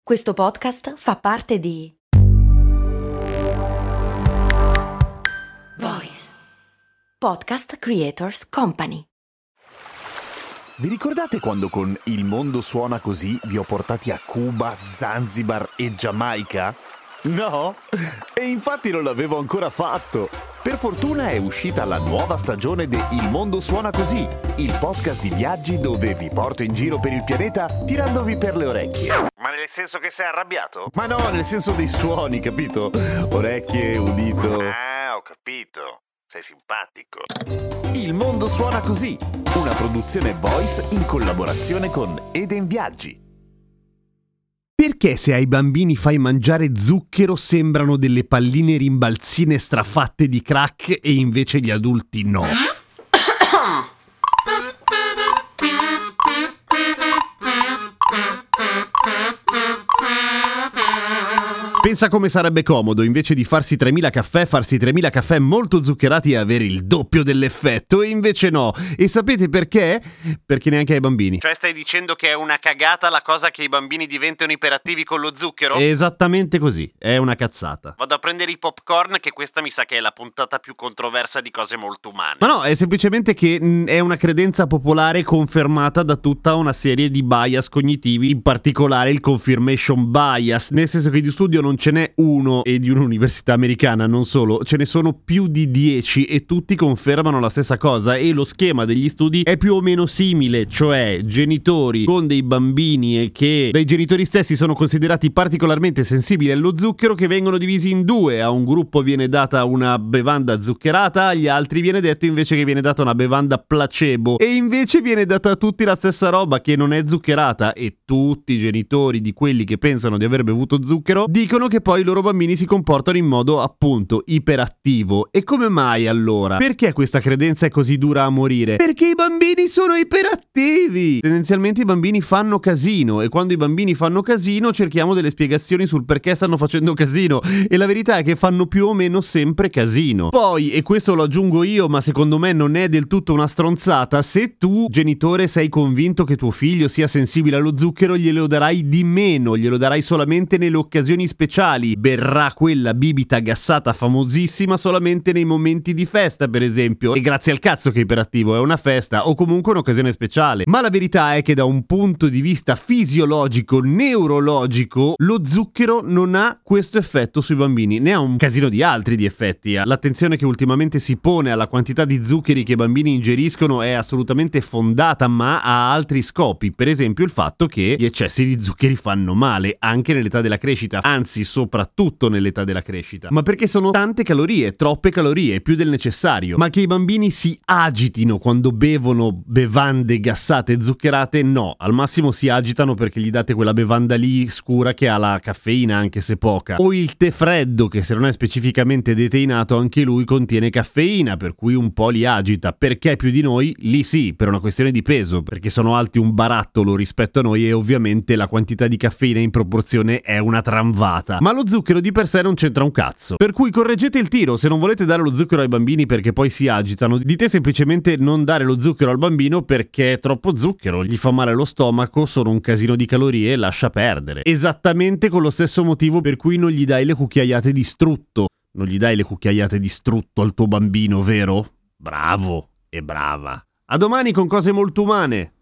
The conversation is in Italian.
Questo podcast fa parte di Voice Podcast Creators Company. Vi ricordate quando con Il mondo suona così vi ho portati a Cuba, Zanzibar e Giamaica? No? E infatti non l'avevo ancora fatto. Per fortuna è uscita la nuova stagione di Il mondo suona così, il podcast di viaggi dove vi porto in giro per il pianeta tirandovi per le orecchie. Ma nel senso che sei arrabbiato? Ma no, nel senso dei suoni, capito? Orecchie, udito. Ah, ho capito. Sei simpatico. Il mondo suona così, una produzione Voice in collaborazione con Eden Viaggi. Perché se ai bambini fai mangiare zucchero sembrano delle palline rimbalzine strafatte di crack e invece gli adulti no? Pensa come sarebbe comodo, invece di farsi 3000 caffè molto zuccherati e avere il doppio dell'effetto, e invece no. E sapete perché? Perché neanche ai bambini. Cioè stai dicendo che è una cagata la cosa che i bambini diventano iperattivi con lo zucchero? Esattamente così, è una cazzata. Vado a prendere i popcorn, che questa mi sa che è la puntata più controversa di Cose Molto Umane. Ma no, è semplicemente che è una credenza popolare confermata da tutta una serie di bias cognitivi, in particolare il confirmation bias, nel senso che di studio non ce n'è uno, e di un'università americana non solo, ce ne sono più di 10 e tutti confermano la stessa cosa, e lo schema degli studi è più o meno simile, cioè genitori con dei bambini e che dai genitori stessi sono considerati particolarmente sensibili allo zucchero, che vengono divisi in due. A un gruppo viene data una bevanda zuccherata, agli altri viene detto invece che viene data una bevanda placebo, e invece viene data a tutti la stessa roba che non è zuccherata, e tutti i genitori di quelli che pensano di aver bevuto zucchero dicono che poi i loro bambini si comportano in modo appunto iperattivo. E come mai allora? Perché questa credenza è così dura a morire? Perché i bambini sono iperattivi! Tendenzialmente i bambini fanno casino, e quando i bambini fanno casino cerchiamo delle spiegazioni sul perché stanno facendo casino, e la verità è che fanno più o meno sempre casino. Poi, e questo lo aggiungo io, ma secondo me non è del tutto una stronzata, se tu genitore sei convinto che tuo figlio sia sensibile allo zucchero, glielo darai di meno, glielo darai solamente nelle occasioni speciali. Berrà quella bibita gassata famosissima solamente nei momenti di festa, per esempio, e grazie al cazzo che iperattivo, è una festa o comunque un'occasione speciale. Ma la verità è che da un punto di vista fisiologico, neurologico, lo zucchero non ha questo effetto sui bambini, ne ha un casino di altri di effetti. L'attenzione che ultimamente si pone alla quantità di zuccheri che i bambini ingeriscono è assolutamente fondata, ma ha altri scopi, per esempio il fatto che gli eccessi di zuccheri fanno male anche nell'età della crescita, anzi soprattutto nell'età della crescita. Ma perché sono tante calorie, troppe calorie, più del necessario. Ma che i bambini si agitino quando bevono bevande gassate e zuccherate, no. Al massimo si agitano perché gli date quella bevanda lì scura che ha la caffeina, anche se poca. O il tè freddo, che se non è specificamente deteinato anche lui contiene caffeina, per cui un po' li agita. Perché più di noi? Lì sì, per una questione di peso, perché sono alti un barattolo rispetto a noi, e ovviamente la quantità di caffeina in proporzione è una tramvata. Ma lo zucchero di per sé non c'entra un cazzo. Per cui correggete il tiro, se non volete dare lo zucchero ai bambini perché poi si agitano, dite semplicemente non dare lo zucchero al bambino perché è troppo zucchero, gli fa male allo stomaco, sono un casino di calorie, lascia perdere. Esattamente con lo stesso motivo per cui non gli dai le cucchiaiate di strutto. Non gli dai le cucchiaiate di strutto al tuo bambino, vero? Bravo e brava. A domani con Cose Molto Umane.